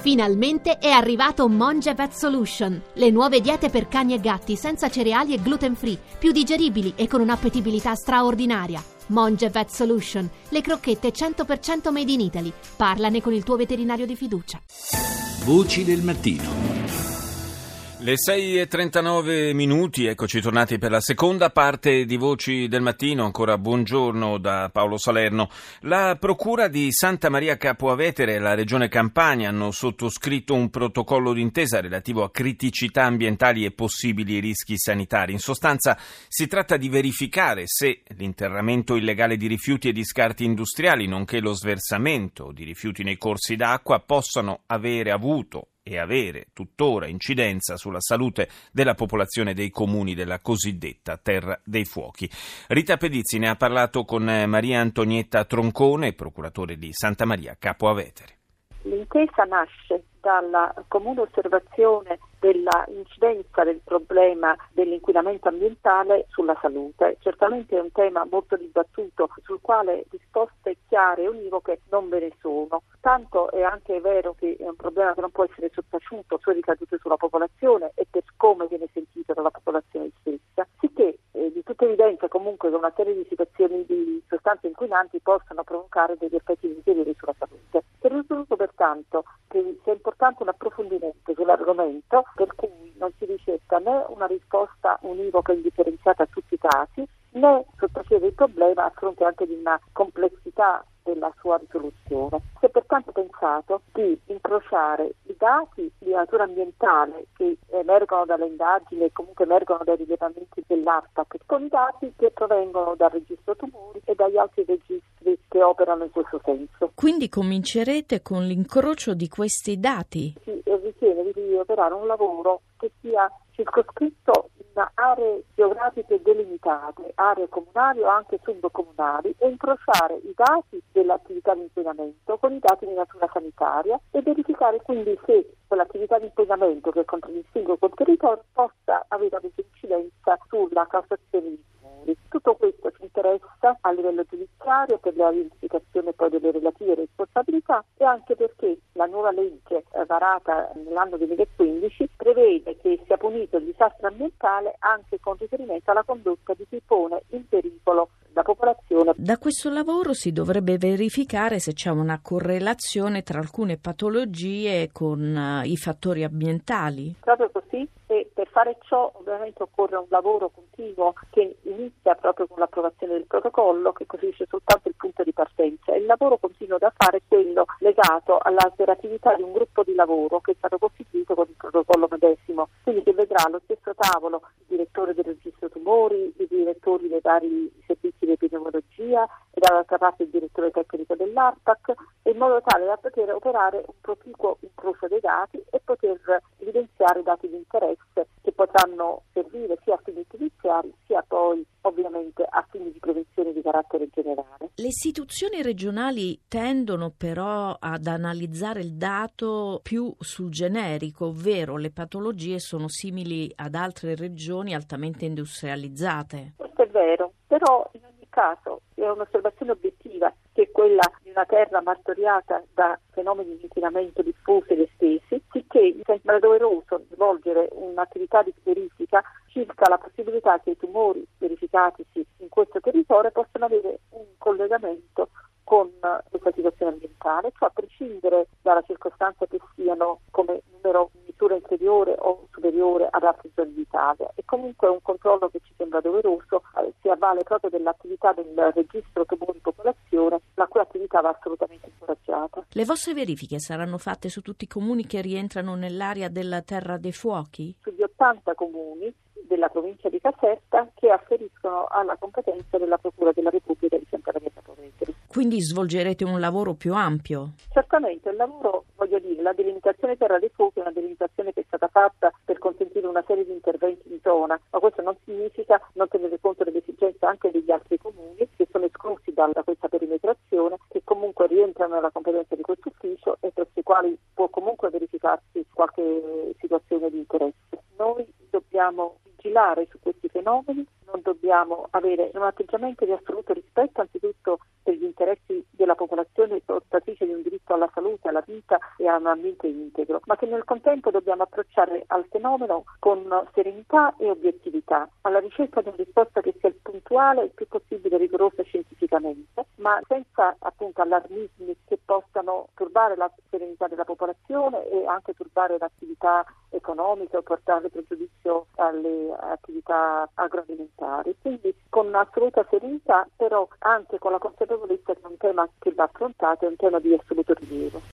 Finalmente è arrivato Monge Vet Solution, le nuove diete per cani e gatti senza cereali e gluten free, più digeribili e con un'appetibilità straordinaria. Monge Vet Solution, le crocchette 100% made in Italy. Parlane con il tuo veterinario di fiducia. Voci del mattino. Le 6:39, eccoci tornati per la seconda parte di Voci del Mattino. Ancora buongiorno da Paolo Salerno. La Procura di Santa Maria Capua Vetere e la Regione Campania hanno sottoscritto un protocollo d'intesa relativo a criticità ambientali e possibili rischi sanitari. In sostanza si tratta di verificare se l'interramento illegale di rifiuti e di scarti industriali, nonché lo sversamento di rifiuti nei corsi d'acqua, possano avere avuto e avere tuttora incidenza sulla salute della popolazione dei comuni della cosiddetta Terra dei Fuochi. Rita Pedizzi ne ha parlato con Maria Antonietta Troncone, procuratore di Santa Maria Capua Vetere. L'intesa nasce dalla comune osservazione della incidenza del problema dell'inquinamento ambientale sulla salute. Certamente è un tema molto dibattuto, sul quale risposte chiare e univoche non ve ne sono. Tanto è anche vero che è un problema che non può essere sottaciuto, sue ricadute sulla popolazione e per come viene sentito dalla popolazione stessa, sicché di tutta evidenza comunque che una serie di situazioni di sostanze inquinanti possono provocare degli effetti deteriori sulla salute. Si è ritenuto pertanto che sia importante un approfondimento sull'argomento, per cui non si ricerca né una risposta univoca e indifferenziata a tutti i casi, né sottacere il problema a fronte anche di una complessità della sua risoluzione. Si è pertanto pensato di incrociare i dati di natura ambientale che emergono dalle indagini e comunque emergono dai rilevamenti dell'ARPAC con i dati che provengono dal registro tumori e dagli altri registri che operano in questo senso. Quindi comincerete con l'incrocio di questi dati? Si ritiene di operare un lavoro che sia circoscritto in aree geografiche delimitate, aree comunali o anche subcomunali, e incrociare i dati dell'attività di inquinamento con i dati di natura sanitaria e verificare quindi se quell'attività di inquinamento che contraddistingue quel territorio possa avere incidenza sulla causazione di tumori. Tutto questo ci interessa a livello giudiziario per la identificazione poi delle relative responsabilità e anche perché la nuova legge varata nell'anno 2015 prevede che sia punito il disastro ambientale anche con riferimento alla condotta di chi pone in pericolo la popolazione. Da questo lavoro si dovrebbe verificare se c'è una correlazione tra alcune patologie con i fattori ambientali. Proprio così, e per fare ciò ovviamente occorre un lavoro continuo che inizia proprio con l'approvazione del protocollo, che costituisce soltanto il punto di partenza. Il lavoro continuo da fare è quello legato all'operatività di un gruppo di lavoro che è stato costituito con il protocollo medesimo, quindi che vedrà allo stesso tavolo il direttore del registro tumori, i direttori dei vari servizi di epidemiologia e dall'altra parte il direttore tecnico dell'ARPAC, in modo tale da poter operare un proficuo incrocio dei dati e poter evidenziare dati di interesse che potranno servire sia a fini giudiziari sia poi ovviamente a fini di prevenzione di carattere generale. Le istituzioni regionali tendono però ad analizzare il dato più sul generico, ovvero le patologie sono simili ad altre regioni altamente industrializzate. Questo è vero, però in ogni caso è un'osservazione obiettiva che è quella di una terra martoriata da fenomeni di inquinamento diffusi ed estesi, sicché mi sembra doveroso svolgere un'attività di verifica circa la possibilità che i tumori verificatisi in questo territorio possano avere un collegamento con questa situazione ambientale, cioè a prescindere dalla circostanza che siano come numero misura inferiore o superiore ad altre zone d'Italia. E comunque è un controllo che ci sembra doveroso, si avvale proprio dell'attività del registro tumori popolazione, la cui attività va assolutamente incoraggiata. Le vostre verifiche saranno fatte su tutti i comuni che rientrano nell'area della Terra dei Fuochi? Sugli 80 comuni della provincia di Caserta che afferiscono alla competenza della Procura della Repubblica di Santa Maria Capua Vetere. Quindi svolgerete un lavoro più ampio? Certamente, il lavoro, la delimitazione Terra dei Fuochi è una delimitazione che è stata fatta per consentire una serie di interventi in zona, ma questo non significa non tenere conto delle esigenze anche degli altri comuni che sono esclusi da questa perimetrazione, che comunque rientrano nella competenza di questo ufficio e per i quali può comunque verificarsi qualche situazione di interesse. Noi dobbiamo vigilare su questi fenomeni, non dobbiamo avere un atteggiamento di assoluto rispetto anzitutto per gli interessi della popolazione portatrice di un diritto alla salute, alla vita e a un ambiente integro, ma che nel contempo dobbiamo approcciare al fenomeno con serenità e obiettività, alla ricerca di una risposta che sia il puntuale e il più possibile rigorosa scientificamente, ma senza appunto allarmismi che possano turbare la serenità della popolazione e anche turbare l'attività economica o portare pregiudizio alle attività agroalimentari. Quindi con assoluta serenità, però anche con la consapevolezza che è un tema che va affrontato, è un tema di assoluto rilievo.